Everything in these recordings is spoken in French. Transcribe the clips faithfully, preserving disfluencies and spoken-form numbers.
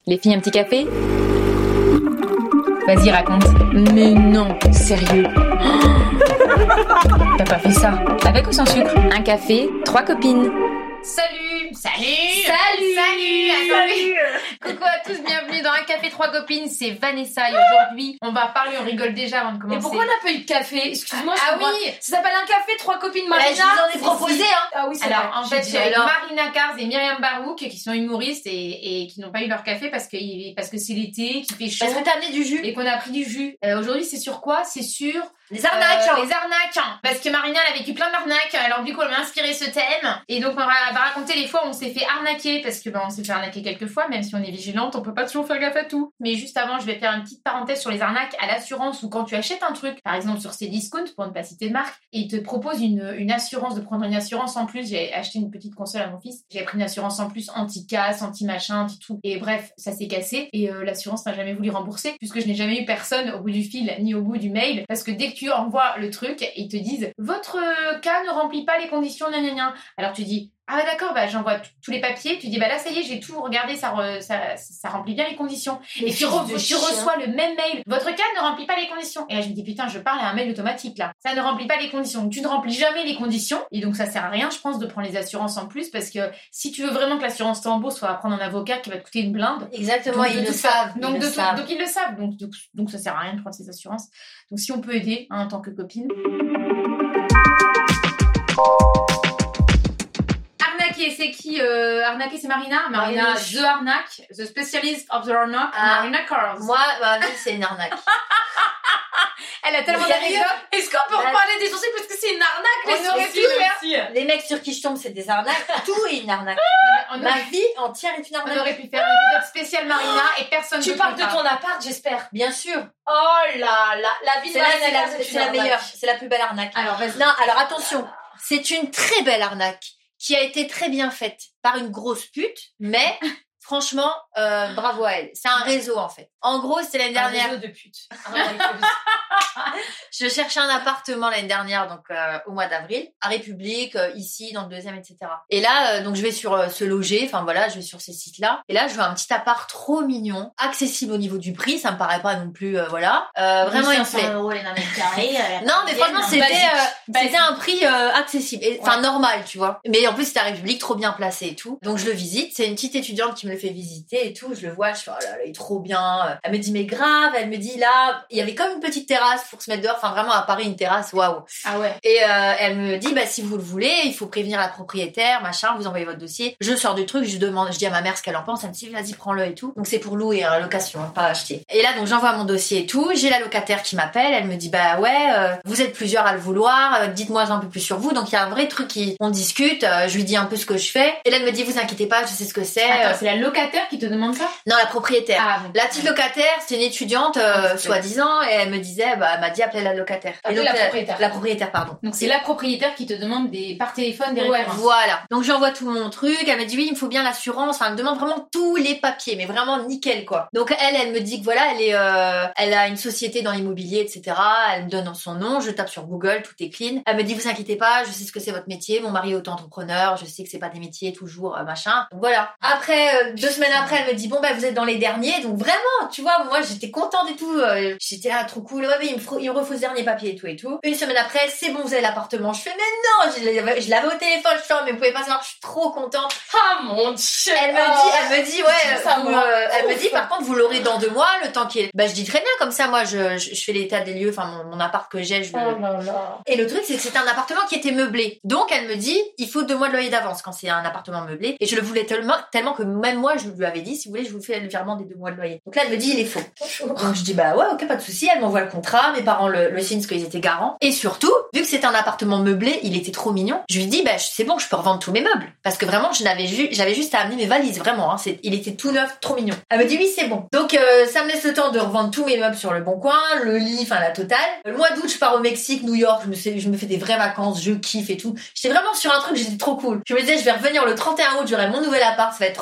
Les filles, un petit café? Vas-y, raconte. Mais non, sérieux. T'as pas fait ça? Avec ou sans sucre? Un café, trois copines. Salut, salut, salut, salut, salut. Coucou à tous, bienvenue dans Un Café Trois Copines, c'est Vanessa et aujourd'hui on va parler, on rigole déjà avant de commencer. Et pourquoi on n'a pas eu de café? Excuse-moi. Ah oui, ça s'appelle Un Café Trois Copines Marina. Bah, je vous en ai proposé, hein. Ah oui, c'est Alors vrai. en fait, J'ai j'ai dit, alors... Marina Cars et Myriam Barouk qui sont humoristes et, et qui n'ont pas eu leur café parce que parce que c'est l'été, qu'il fait chaud. Parce que t'as amené du jus. Et qu'on a pris du jus. Euh, aujourd'hui, c'est sur quoi? C'est sur les arnaques. Euh, les arnaques. Parce que Marina, elle a vécu plein d'arnaques. Alors du coup, elle m'a inspiré ce thème. Et donc, on va, va raconter les fois où on s'est fait arnaquer. Parce que ben, on s'est fait arnaquer quelques fois. Même si on est vigilante, on peut pas toujours faire gaffe à tout. Mais juste avant, je vais faire une petite parenthèse sur les arnaques à l'assurance. Ou quand tu achètes un truc, par exemple sur Cdiscount, pour ne pas citer de marque, et ils te proposent une, une assurance, de prendre une assurance en plus. J'ai acheté une petite console à mon fils. J'ai pris une assurance en plus anti-casse, anti-machin, anti-tout. Et bref, ça s'est cassé. Et euh, l'assurance n'a jamais voulu rembourser. Puisque je n'ai jamais eu personne au bout du fil, ni au bout du mail. Parce que dès que tu envoies le truc, ils te disent votre cas ne remplit pas les conditions, gna gna gna. Alors tu dis ah bah d'accord, bah j'envoie t- tous les papiers, tu dis bah là ça y est, j'ai tout regardé, ça, re, ça, ça remplit bien les conditions. Et puis re- tu reçois le même mail, votre cas ne remplit pas les conditions. Et là je me dis putain, je parle à un mail automatique là. Ça ne remplit pas les conditions. Donc, tu ne remplis jamais les conditions et donc ça sert à rien, je pense, de prendre les assurances en plus parce que si tu veux vraiment que l'assurance t'embourse, il faudra prendre un avocat qui va te coûter une blinde. Exactement, donc, ils le tout savent. Donc, ils de le tout, savent. donc ils le savent. Donc, donc, donc ça sert à rien de prendre ces assurances. Donc si on peut aider hein, en tant que copine. Arnaquer, c'est qui euh, Arnaquer, c'est Marina. Marina, Marina. the arnaque, the specialist of the arnaque, Ah. Marina Cars. Moi, ma vie, c'est une arnaque. Elle a tellement Mais sérieux d'anecdotes. Est-ce qu'on peut Bah, reparler des sourcils parce que c'est une arnaque, les on aurait pu sourcils faire. Les mecs sur qui je tombe, c'est des arnaques. Tout est une arnaque. On Ma aurait, vie entière est une on arnaque. aurait pu faire un épisode spécial Marina et personne Tu ne parles de comprend. ton appart, j'espère. Bien sûr. Oh là là, la vie de C'est la, Marina c'est la, Cars, c'est une la arnaque. meilleure. C'est la plus belle arnaque. Alors vas-y. Non, alors attention. C'est une très belle arnaque qui a été très bien faite par une grosse pute, mais franchement, euh, bravo à elle. C'est un réseau en fait. En gros, c'est l'année Un dernière. réseau de putes. Je cherchais un appartement l'année dernière, donc euh, au mois d'avril, à République, euh, ici, dans le deuxième, et cetera. Et là, euh, donc je vais sur euh, Se Loger, enfin voilà, je vais sur ces sites-là. Et là, je vois un petit appart trop mignon, accessible au niveau du prix, ça me paraît pas non plus, euh, voilà. Euh, vraiment, il me plaît. euros les mètres carrés. Non, mais franchement, c'était basique. euh, c'était un prix euh, accessible, et- enfin Ouais. normal, tu vois. Mais en plus, c'était à République, trop bien placé et tout. Donc je le visite. C'est une petite étudiante qui me le fait visiter et tout. Je le vois, je fais oh là là, il est trop bien. Elle me dit mais grave. Elle me dit là, il y avait comme une petite terrasse pour se mettre dehors. Enfin vraiment à Paris une terrasse, waouh. Ah ouais. Et euh, elle me dit bah si vous le voulez, il faut prévenir la propriétaire, machin. Vous envoyez votre dossier. Je sors du truc, je demande, je dis à ma mère ce qu'elle en pense. Elle me dit vas-y prends-le et tout. Donc c'est pour louer, hein, location, hein, pas acheter. Et là donc j'envoie mon dossier et tout. J'ai la locataire qui m'appelle. Elle me dit bah ouais, euh, vous êtes plusieurs à le vouloir. Euh, dites-moi un peu plus sur vous. Donc il y a un vrai truc qui, on discute. Euh, je lui dis un peu ce que je fais. Et là elle me dit vous inquiétez pas, je sais ce que c'est. Attends, c'est la locataire qui te demande ça? Non, la propriétaire. Ah bon. La petite locataire, c'est une étudiante, euh, soi-disant, et elle me disait, bah, elle m'a dit appelez la locataire. Et Appelez donc, la euh, propriétaire. La propriétaire, pardon. Donc c'est la propriétaire qui te demande des par téléphone des Ouais, références. voilà. Donc j'envoie tout mon truc, elle me dit oui, il me faut bien l'assurance, enfin elle me demande vraiment tous les papiers, mais vraiment nickel quoi. Donc elle, elle me dit que voilà, elle est, euh, elle a une société dans l'immobilier, et cetera. Elle me donne son nom, je tape sur Google, tout est clean. Elle me dit vous inquiétez pas, je sais ce que c'est votre métier, mon mari est auto-entrepreneur, je sais que c'est pas des métiers toujours euh, machin. Donc voilà. Après euh, deux semaines après, elle me dit bon bah vous êtes dans les derniers, donc vraiment, tu vois, moi j'étais contente et tout, euh, j'étais là trop cool, ouais mais il me faut, il me refait ce dernier papier et tout et tout. Une semaine après, c'est bon, vous avez l'appartement. Je fais mais non, je l'avais, je l'avais au téléphone, je fais oh, mais vous pouvez pas savoir, je suis trop contente. Ah mon dieu. Elle me dit, elle me dit ouais, Ça vous, va. euh, elle me dit par contre vous l'aurez dans deux mois, le temps qu'il est. Bah je dis très bien comme ça, moi je, je, je fais l'état des lieux, enfin mon, mon appart que j'ai, je le. Oh là là. Et le truc, c'est que c'était un appartement qui était meublé. Donc, elle me dit, il faut deux mois de loyer d'avance quand c'est un appartement meublé. Et je le voulais tellement, tellement que même moi, je lui avais dit, si vous voulez, je vous fais le virement des deux mois de loyer. Donc là, elle me dit, il est faux. Donc, je dis, bah ouais, ok, pas de souci. Elle m'envoie le contrat. Mes parents le, le signent parce qu'ils étaient garants. Et surtout, vu que c'était un appartement meublé, il était trop mignon. Je lui dis, bah, c'est bon, je peux revendre tous mes meubles. Parce que vraiment, je n'avais ju- j'avais juste à amener mes valises, vraiment, hein. C'est, il était tout neuf, trop mignon. Elle me dit, oui, c'est bon. Donc, euh, ça me laisse le temps de revendre tous mes meubles sur le bon coin, le lit, enfin, la totale. Le mois d'août, je pars au Mexique, New York, je me, sais, je me fais des vraies vacances, je kiffe et tout. J'étais vraiment sur un truc, j'étais trop cool. Je me disais, je vais revenir le trente et un août, j'aurai mon nouvel appart, ça va être trop bien. Et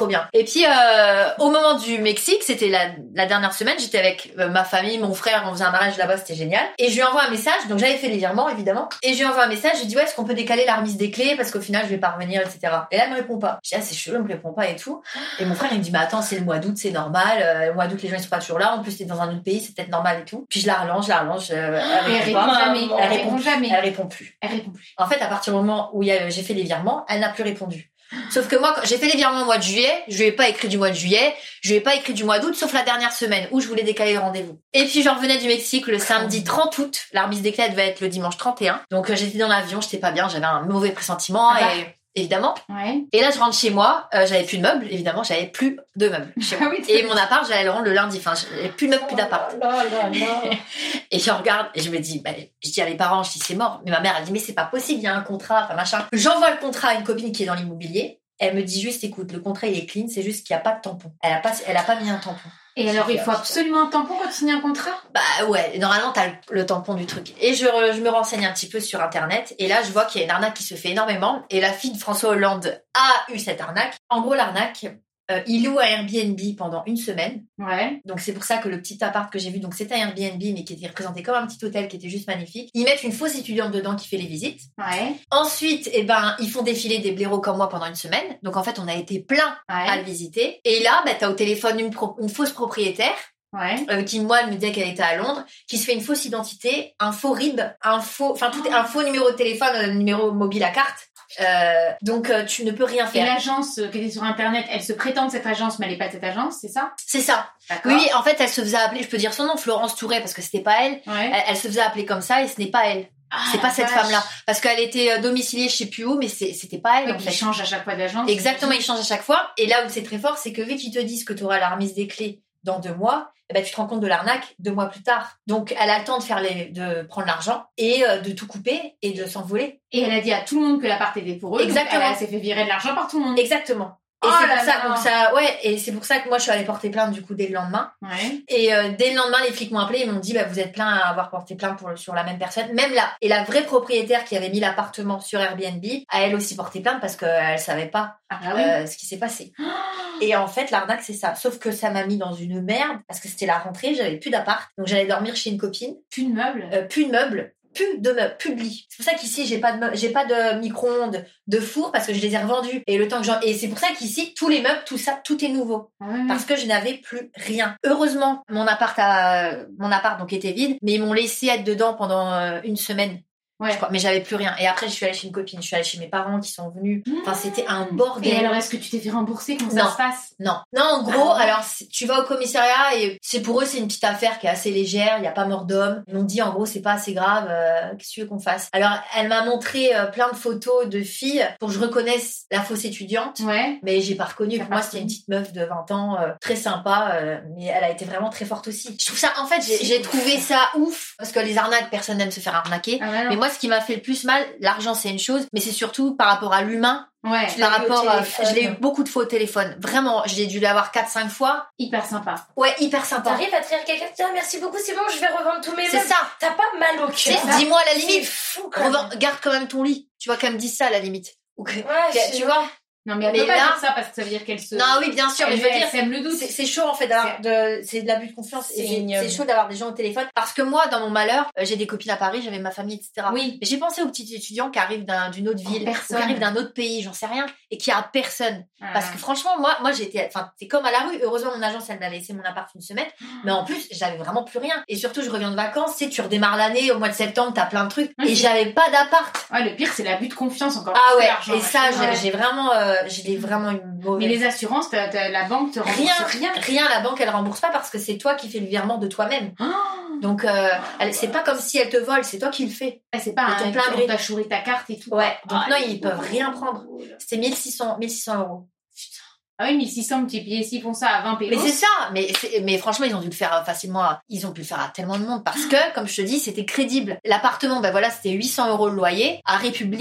puis, euh, au moment du Mexique, c'était la, la dernière semaine, j'étais avec euh, ma famille, mon frère, on faisait un mariage là-bas, c'était génial. Et je lui envoie un message, donc j'avais fait les virements, évidemment. Et je lui envoie un message, je lui dis, ouais, est-ce qu'on peut décaler la remise des clés parce qu'au final, je vais pas revenir, et cetera. Et là, elle me répond pas. Je dis, ah, c'est chelou, elle me répond pas et tout. Et mon frère, il me dit, mais attends, c'est le mois d'août, c'est normal. Euh, le mois d'août, les gens, ils sont pas toujours là. En plus, t'es dans un autre pays, c'est peut-être normal et tout. Puis je la relance, je la relance, euh, elle Et elle répond répond pas. jamais. Elle Elle répond répond jamais. Elle répond plus. Elle répond plus. En fait, à partir du moment où il y a- j'ai fait les virements, elle n'a plus répondu. Sauf que moi, quand j'ai fait les virements au mois de juillet, je lui ai pas écrit du mois de juillet, je lui ai pas écrit du mois d'août, sauf la dernière semaine où je voulais décaler le rendez-vous. Et puis, je revenais du Mexique le samedi trente août. La remise des clés elle devait être le dimanche trente et un. Donc, euh, j'étais dans l'avion, j'étais pas bien, j'avais un mauvais pressentiment Ah bah. et évidemment. Ouais. Et là, je rentre chez moi, euh, j'avais plus de meubles, évidemment, j'avais plus de meubles chez moi. Ah oui, Et mon appart, j'allais le rendre le lundi. Enfin, j'avais plus de meubles, plus d'appart. Oh là là là. Et je regarde et je me dis, bah, je dis à mes parents, je dis c'est mort. Mais ma mère, elle dit, mais c'est pas possible, il y a un contrat, enfin machin. J'envoie le contrat à une copine qui est dans l'immobilier. Elle me dit juste, écoute, le contrat il est clean, c'est juste qu'il n'y a pas de tampon. Elle a pas, elle a pas mis un tampon. Et alors, il faut absolument un tampon quand tu signes un contrat? Bah ouais, normalement t'as le, le tampon du truc. Et je, re- je me renseigne un petit peu sur internet et là je vois qu'il y a une arnaque qui se fait énormément et la fille de François Hollande a eu cette arnaque. En gros l'arnaque, euh, il loue un Airbnb pendant une semaine. Ouais. Donc c'est pour ça que le petit appart que j'ai vu, donc c'était un Airbnb mais qui était représenté comme un petit hôtel qui était juste magnifique. Ils mettent une fausse étudiante dedans qui fait les visites. Ouais. Ensuite, eh ben, ils font défiler des blaireaux comme moi pendant une semaine. Donc en fait, on a été plein à Ouais. le visiter. Et là, bah, t'as au téléphone une, pro- une fausse propriétaire Ouais. euh, qui, moi, elle me disait qu'elle était à Londres, qui se fait une fausse identité, un faux R I B, un faux, enfin tout est un faux numéro de téléphone, un numéro mobile à carte. Euh, donc euh, tu ne peux rien Et faire. l'agence euh, qui était sur internet, elle se prétend de cette agence, mais elle est pas de cette agence, c'est ça? C'est ça. D'accord. Oui, en fait, elle se faisait appeler, je peux dire son nom, Florence Touret, parce que c'était pas elle. Ouais. Elle, elle se faisait appeler comme ça et ce n'est pas elle. Ah, c'est la pas cette vache. femme-là. Parce qu'elle était euh, domiciliée je sais plus où, mais c'est- c'était pas elle, Ouais, en puis fait. ils changent à chaque fois d'agence. Exactement, ils changent à chaque fois. Et là où c'est très fort, c'est que vu qu'ils te disent que tu auras la remise des clés dans deux mois, eh ben, tu te rends compte de l'arnaque deux mois plus tard. Donc, elle a le temps de faire les, de prendre l'argent et euh, de tout couper et de s'envoler. Et elle a dit à tout le monde que l'appart était pour eux. Exactement. Donc elle s'est fait virer de l'argent par tout le monde. Exactement. Et Oh c'est là pour ça, là. donc ça, ouais, et c'est pour ça que moi je suis allée porter plainte du coup dès le lendemain. Ouais. Et euh, dès le lendemain, les flics m'ont appelé, ils m'ont dit bah vous êtes plein à avoir porté plainte pour sur la même personne, même là. Et la vraie propriétaire qui avait mis l'appartement sur Airbnb a elle aussi porté plainte parce qu'elle savait pas Ah bah oui. euh, ce qui s'est passé. Et en fait, l'arnaque c'est ça. Sauf que ça m'a mis dans une merde parce que c'était la rentrée, j'avais plus d'appart, donc j'allais dormir chez une copine, Plus de meubles. euh, plus de meubles. Plus de meubles, plus de lit. C'est pour ça qu'ici j'ai pas de meu- j'ai pas de micro-ondes, de four parce que je les ai revendus. Et le temps que j'en et c'est pour ça qu'ici tous les meubles, tout ça, tout est nouveau. Ah ouais, ouais. Parce que je n'avais plus rien. Heureusement, mon appart a, mon appart donc était vide, mais ils m'ont laissé être dedans pendant euh, une semaine. Ouais. Je crois, mais j'avais plus rien. Et après, je suis allée chez une copine, je suis allée chez mes parents qui sont venus. Enfin, c'était un bordel. Et alors, est-ce que tu t'es fait rembourser? Comment Non. ça se passe? Non. Non, en gros, Ah ouais. alors, c'est- tu vas au commissariat et c'est pour eux, c'est une petite affaire qui est assez légère, il n'y a pas mort d'homme. Ils m'ont dit, en gros, c'est pas assez grave, euh, qu'est-ce que tu veux qu'on fasse? Alors, elle m'a montré euh, plein de photos de filles pour que je reconnaisse la fausse étudiante. Ouais. Mais j'ai pas reconnu. T'as Pour pas moi, c'était une reconnu. petite meuf de vingt ans, euh, très sympa, euh, mais elle a été vraiment très forte aussi. Je trouve ça, en fait, j'ai, j'ai trouvé ça ouf, parce que les arnaques, personne n'aime se faire arnaquer. Ah bah non. Mais moi, ce qui m'a fait le plus mal, l'argent, c'est une chose, mais c'est surtout par rapport à l'humain, Ouais. Tu l'as par eu au rapport à, téléphone. je l'ai eu beaucoup de fois au téléphone. Vraiment, j'ai dû l'avoir quatre cinq fois. Hyper sympa. Ouais, hyper sympa. T'arrives à te dire quelqu'un, tiens, merci beaucoup, c'est bon, je vais revendre tous mes C'est meubles. ça. T'as pas mal au C'est, cœur. dis-moi à la C'est limite. fou, quand même. Revends- garde quand même ton lit. Tu vois, qu'elle me dise ça à la limite. Ou que- Ouais, que- je- tu vois? Non, mais elle Mais peut pas là- dire ça parce que ça veut dire qu'elle se. Non, oui, bien sûr, mais elle, je veux elle dire, sème le doute. C'est, c'est chaud en fait d'avoir de, c'est de l'abus de confiance C'est et c'est, ignoble. c'est chaud d'avoir des gens au téléphone parce que moi dans mon malheur euh, j'ai des copines à Paris, j'avais ma famille, etc. Oui. Mais j'ai pensé aux petits étudiants qui arrivent d'un, d'une autre ville, ou Personne. qui arrivent d'un autre pays, j'en sais rien, et qui a personne. Ah. Parce que franchement moi moi j'étais, enfin c'est comme à la rue. Heureusement mon agence elle m'a laissé mon appart une semaine, mais en plus j'avais vraiment plus rien. Et surtout je reviens de vacances, tu sais, tu redémarres l'année au mois de septembre, t'as plein de trucs Oui. et j'avais pas d'appart. Ouais, le pire, c'est l'abus de confiance encore. Ah plus que ouais. l'argent, Et ça ouais. j'ai, j'ai vraiment, euh, je l'ai vraiment eu mauvais. Mais les assurances, t'as- t'as- la banque te rembourse Rien, rien. rien, la banque elle rembourse pas parce que c'est toi qui fais le virement de toi-même. Donc euh, elle, c'est pas comme si elle te vole, c'est toi qui le fais. Ah, c'est pas De ton un plein on gré. t'a chouré ta carte et tout. Ouais. Donc Ah, non, ils peuvent rien prendre. C'était mille six cents, mille six cents euros. Ah oui, mille six cents multipliés, s'ils font ça à vingt pélos. Mais c'est ça. Mais c'est, mais franchement, ils ont dû le faire facilement. à- Ils ont pu le faire à tellement de monde parce que, comme je te dis, c'était crédible. L'appartement, ben voilà, c'était huit cents euros le loyer. À République,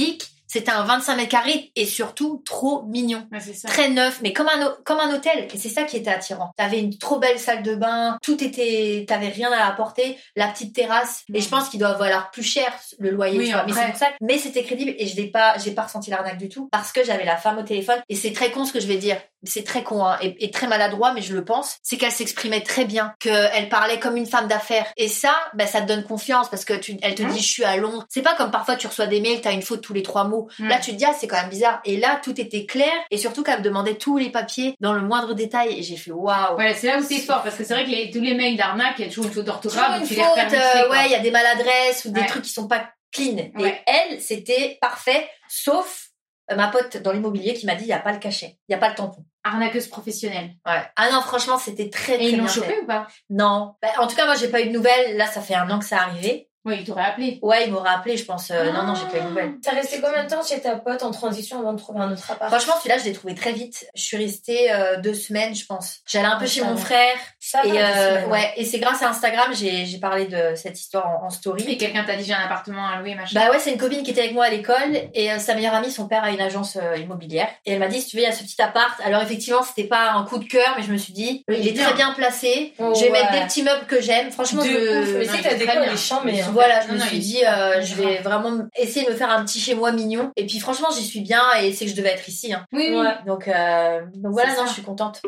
C'était un vingt-cinq mètres carrés et surtout trop mignon. Ouais, c'est ça. Très neuf, mais comme un, comme un hôtel. Et c'est ça qui était attirant. T'avais une trop belle salle de bain, tout était, t'avais rien à apporter, la petite terrasse. Mmh. Et je pense qu'il doit valoir plus cher le loyer. Oui, tu vois. après. Mais c'est pour ça. Que... Mais c'était crédible et je l'ai pas, j'ai pas ressenti l'arnaque du tout parce que j'avais la femme au téléphone. Et c'est très con ce que je vais dire. C'est très con hein, et, et très maladroit, mais je le pense. C'est qu'elle s'exprimait très bien, qu'elle parlait comme une femme d'affaires. Et ça, ben ça te donne confiance parce que tu, elle te Mmh. dit je suis à Londres. C'est pas comme parfois tu reçois des mails, t'as une faute tous les trois mots. Mmh. Là tu te dis ah c'est quand même bizarre. Et là tout était clair et surtout qu'elle me demandait tous les papiers dans le moindre détail et j'ai fait waouh. Voilà, c'est là où c'est fort parce que c'est vrai que les, tous les mails d'arnaque, il y a toujours une faute d'orthographe. Toujours une donc tu les faute, repères vite fait, euh, quoi. ouais il y a des maladresses ou des Ouais. trucs qui sont pas clean. Et Ouais. elle c'était parfait sauf euh, ma pote dans l'immobilier qui m'a dit il y a pas le cachet, il y a pas le tampon. Arnaqueuse professionnelle. Ouais. Ah non franchement c'était très très Et ils bien l'ont fait. chopé ou pas? Non. Bah, en tout cas, moi, j'ai pas eu de nouvelles. Là, ça fait un an que ça arrivé. Oui, ils t'auraient appelé. Ouais, il m'aurait appelé, je pense. Euh, Non, non, j'ai pas eu de nouvelles. T'as resté combien de temps chez ta pote en transition avant de trouver un autre appart? Franchement, celui-là, je l'ai trouvé très vite. Je suis restée euh, deux semaines, je pense. J'allais un peu Ah, chez ça mon va. frère. Ça va, Et deux euh, semaines. ouais, et c'est grâce à Instagram, j'ai j'ai parlé de cette histoire en, en story. Et quelqu'un t'a dit j'ai un appartement à louer, machin. Bah ouais, c'est une copine qui était avec moi à l'école et euh, sa meilleure amie, son père a une agence euh, immobilière et elle m'a dit si tu veux, il y a ce petit appart. Alors effectivement, c'était pas un coup de cœur, mais je me suis dit il est Bien. très bien placé. Oh, je vais ouais. mettre des petits meubles que j'aime. Franchement, De je ouf, mais non, c'est il que t'as est des très quoi, bien. les chambres, hein. Voilà, je Non, me non, suis il- dit, euh, je vais vraiment essayer de me faire un petit chez moi mignon. Et puis franchement, j'y suis bien et c'est que je devais être ici. Hein. Oui, oui. Ouais. Donc, euh, donc voilà, C'est non, ça. je suis contente.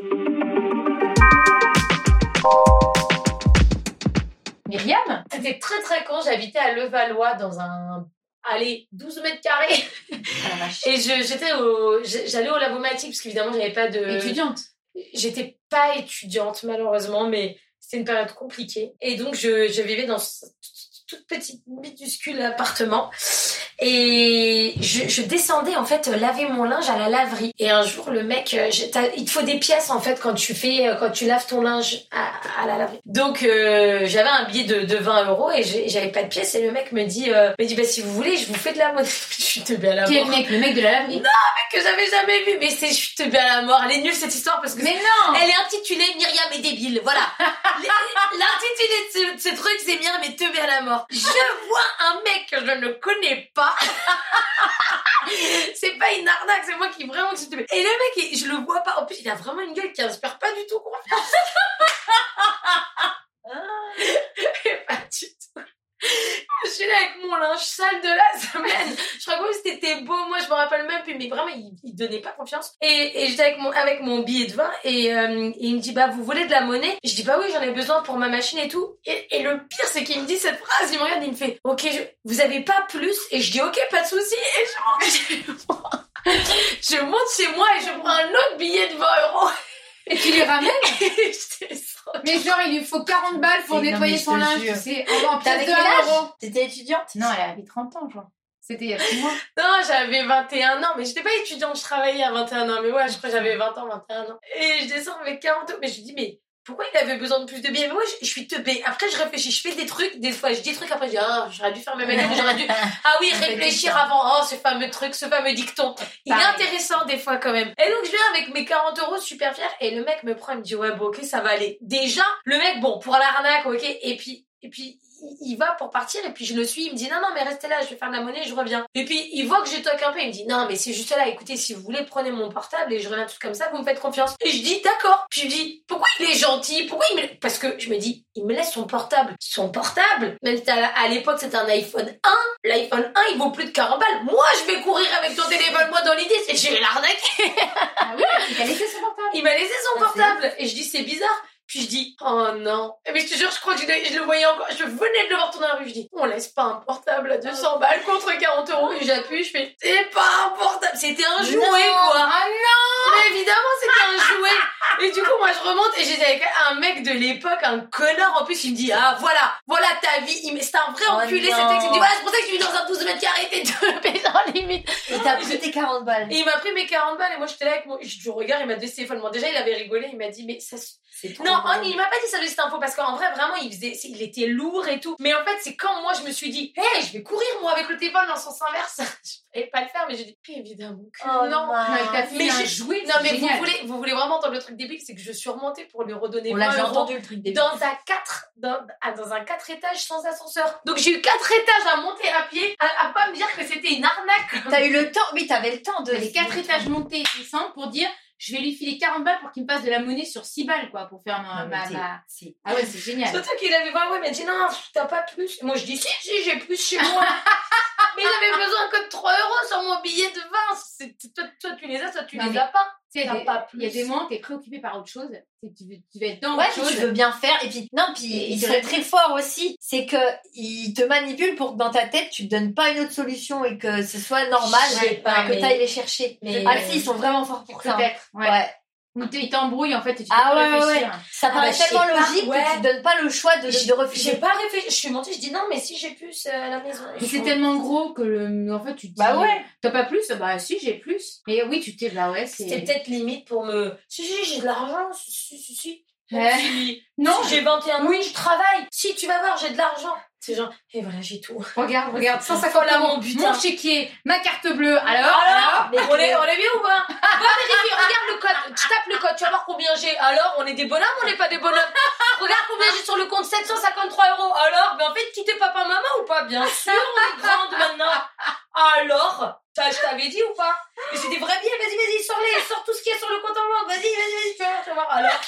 Myriam? C'était très très con. J'habitais à Levallois dans un. Allez, douze mètres carrés. Ah la vache. Et je, j'étais au, j'allais au Lavomatique parce qu'évidemment, j'avais pas de. Étudiante. J'étais pas étudiante, malheureusement, mais c'était une période compliquée. Et donc, je, je vivais dans ce toute petite, minuscule appartement. Et je, je descendais, en fait, laver mon linge à la laverie. Et un jour, le mec, euh, j'ai- t'as- il te faut des pièces, en fait, quand tu fais, euh, quand tu laves ton linge à, à la laverie. Donc, euh, j'avais un billet de, de vingt euros et j'ai- j'avais pas de pièces. Et le mec me dit, euh, me dit, bah, si vous voulez, je vous fais de la monnaie. Je suis tombée à la Quel mort. mec? Le mec de la laverie. Que j'avais jamais vu. Mais c'est, je suis tombée à la mort. Elle est nulle, cette histoire, parce que Mais non! elle est intitulée Myriam est débile, voilà. L'intitulé de ce, ce truc, c'est Myriam est teubée à la mort. Je vois un mec que je ne connais pas. C'est pas une arnaque, c'est moi qui vraiment suis teubée. Et le mec, je le vois pas. En plus, il a vraiment une gueule qui inspire pas du tout confiance. Pas du tout. Je suis là avec mon linge sale de la semaine. Je crois que c'était beau, moi je me rappelle même plus, mais vraiment il, il donnait pas confiance. Et, et j'étais avec mon, avec mon billet de vin et, euh, et il me dit bah vous voulez de la monnaie? Je dis bah oui j'en ai besoin pour ma machine et tout. Et, et le pire c'est qu'il me dit cette phrase, il me regarde, il me fait ok je, vous avez pas plus? Et je dis ok pas de souci et je monte chez moi. Je monte chez moi et je prends un autre billet de vingt euros. Et tu les ramènes? Et je descends. Mais genre, il lui faut quarante balles pour Et non, nettoyer mais je son te linge, jure. tu sais, en, en T'avais pièces de quel un âge? euro. T'étais étudiante? Non, elle avait trente ans, genre. C'était il y a six mois. Non, j'avais vingt et un ans, mais j'étais pas étudiante, je travaillais à vingt et un ans, mais ouais, je crois que j'avais vingt ans, vingt et un ans. Et je descends avec quarante euros, mais je lui dis, mais pourquoi il avait besoin de plus de billets? Mais moi, je, je suis teubée. Après, je réfléchis, je fais des trucs, des fois, je dis des trucs, après, je dis, ah, j'aurais dû faire mes ménages, j'aurais dû, ah oui, réfléchir avant, oh, ce fameux truc, ce fameux dicton. Il est Pareil. intéressant, des fois, quand même. Et donc, je viens avec mes quarante euros, super fière, et le mec me prend, il me dit, ouais, bon, ok, ça va aller. Déjà, le mec, bon, pour l'arnaque, ok, et puis, et puis, il va pour partir et puis je le suis, il me dit non non mais restez là, je vais faire de la monnaie, je reviens. Et puis il voit que je toque un peu, il me dit non mais c'est juste là, écoutez si vous voulez prenez mon portable et je reviens tout comme ça, vous me faites confiance. Et je dis d'accord. Puis je dis pourquoi il est gentil, pourquoi il me parce que je me dis il me laisse son portable, son portable. Même si à, à l'époque c'était un iPhone un, l'iPhone un il vaut plus de quarante balles. Moi je vais courir avec ton téléphone, moi dans l'idée c'est je vais l'arnaquer. Ah oui, il t'a laissé son portable. Il m'a laissé son Ça, portable et je dis c'est bizarre. Puis je dis, oh non. Mais je te jure, je crois que je, le- je le voyais encore. Je venais de le voir tourner dans la rue. Je dis, on laisse pas un portable à deux cents balles contre quarante euros. Et j'appuie, je fais, c'est pas un portable. C'était un jouet, Non. quoi. Ah non! Mais évidemment, c'était un jouet. Et du coup, moi, je remonte et j'étais avec un mec de l'époque, un connard. En plus, il me dit, ah, voilà, voilà ta vie. Il me- C'était un vrai Oh enculé, non. cet ex. Il me dit, voilà, c'est pour ça que je vis dans un douze mètres carrés. T'es teubé dans limite. Et t'as pris tes quarante balles. Et il m'a pris mes quarante balles et moi, j'étais là avec mon, je, je regarde, il m'a dit, Stéphane. Bon, déjà, il avait rigolé. Il m'a dit, mais ça se C'est trop non, oh, il m'a pas dit ça de cette info parce qu'en vrai, vraiment, il faisait, il était lourd et tout. Mais en fait, c'est quand moi, je me suis dit, hé, hey, je vais courir, moi, avec le téléphone dans le sens inverse. Je pouvais pas le faire, mais j'ai dit, évidemment que Oh, non. Mais j'ai joué. Non, mais vous voulez, vous voulez vraiment entendre le truc débile, c'est que je suis remontée pour lui redonner On l'a déjà vingt euros entendu le truc débile. dans un quatre, dans, ah, dans un quatre étages sans ascenseur. Donc j'ai eu quatre étages à monter à pied, à, à pas me dire que c'était une arnaque. T'as eu le temps, oui, t'avais le temps de. Les quatre étages montés et descendre pour dire je vais lui filer quarante balles pour qu'il me passe de la monnaie sur six balles, quoi, pour faire ma. Non, ma, mais ma... c'est- Ah ouais, c'est génial. Surtout qu'il avait vingt, ouais, mais il m'a dit non, t'as pas plus. Moi je dis si, si, j'ai plus chez moi. Mais j'avais besoin que de trois euros sur mon billet de vingt. C'est, toi, toi, tu les as, toi, tu Non, les mais- as pas. Tu sais, T'as des- pas il y a plus. des moments, t'es préoccupé par autre chose. Tu, tu, tu vas être dans Ouais, autre puis chose. tu veux bien faire. Et puis, non, puis Et ils c'est sont vrai. très forts aussi. C'est que ils te manipulent pour que dans ta tête, tu te donnes pas une autre solution et que ce soit normal Je sais pas, que mais- t'ailles les chercher. mais- Ah si, ils sont vraiment forts pour ça. Peut-être. Ouais. Ouais. Ou t- ils t'embrouillent en fait et tu Ah peux ouais, ouais, réfléchir. Ça Ah paraît bah, je sais tellement pas, logique ouais. que tu te donnes pas le choix de, de J'ai refuser. pas réfléchi, je suis montée, je dis non, mais si j'ai plus euh, à la maison. Mais c'est tellement gros que le... en fait tu te dis Bah ouais. t'as pas plus, bah si j'ai plus. Et oui tu t'es bah ouais c'est. C'était peut-être limite pour me. Si, si, j'ai de l'argent, si, si, si, si. Ouais. Si, Non, si j'ai vingt et un ans, oui. je travaille. Si, tu vas voir, j'ai de l'argent. C'est genre, et voilà, j'ai tout. Regarde, regarde, cent cinquante Voilà euros, mon butin. mon chéquier, ma carte bleue. Alors, Alors, mais on, est, on est bien ou pas? Va vérifier, regarde le code, tu tapes le code, tu vas voir combien j'ai. Alors, on est des bonhommes ou on n'est pas des bonhommes? Regarde combien j'ai sur le compte, sept cent cinquante-trois euros. Alors, ben en fait, tu t'es papa-maman ou pas? Bien sûr, on est grande maintenant. Alors, ça, je t'avais dit ou pas? Mais c'est des vrais billets, vas-y, vas-y, sors-les, sors tout ce qu'il y a sur le compte en banque, vas-y, vas-y, vas-y, tu vas voir, tu vas voir. Alors,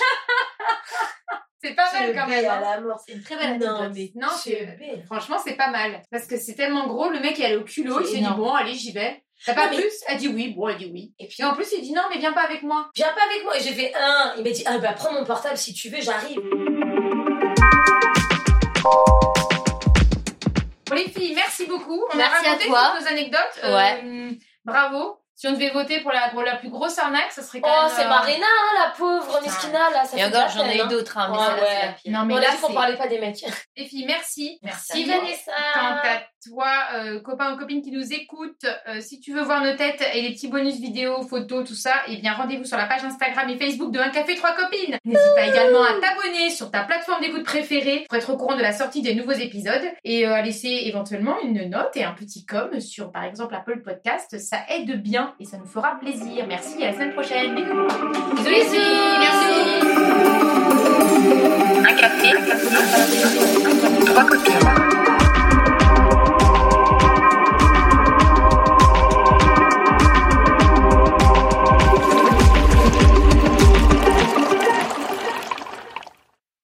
c'est pas c'est mal quand même. à hein. la mort. C'est une très belle Non, anecdote. mais Non, c'est c'est belle. franchement c'est pas mal parce que c'est tellement gros. Le mec il allait au culot, il C'est s'est dit énorme. bon allez j'y vais. T'as pas Non, mais- plus? Elle dit oui, bon elle dit oui. Et puis, Et en plus il dit non mais viens pas avec moi. viens pas avec moi. Et j'ai fait un. Il m'a dit, ah bah prends mon portable si tu veux, j'arrive. Bon les filles, merci beaucoup. On Merci a à raconté toi. toutes nos anecdotes. Ouais. Euh, bravo. Si on devait voter pour la, pour la plus grosse arnaque, ça serait quand Oh, même. c'est euh, Marina, hein, la pauvre Putain. Miskina, là. Ça Et fait encore, de la j'en ai peine, eu hein. d'autres, hein, mais Ouais, celle-là, c'est ouais. la pire. Non mais On là a dit qu'on c'est- parlait pas des mecs. Les filles, merci. Merci Si à toi. Vanessa. Quant à toi, euh, copains ou copines qui nous écoutent, euh, si tu veux voir nos têtes et les petits bonus vidéos, photos, tout ça, eh bien rendez-vous sur la page Instagram et Facebook de Un Café Trois Copines. N'hésite pas également à t'abonner sur ta plateforme d'écoute préférée pour être au courant de la sortie des nouveaux épisodes et euh, à laisser éventuellement une note et un petit com sur par exemple Apple Podcast. Ça aide bien et ça nous fera plaisir. Merci et à la semaine prochaine. Bisous les filles. Merci.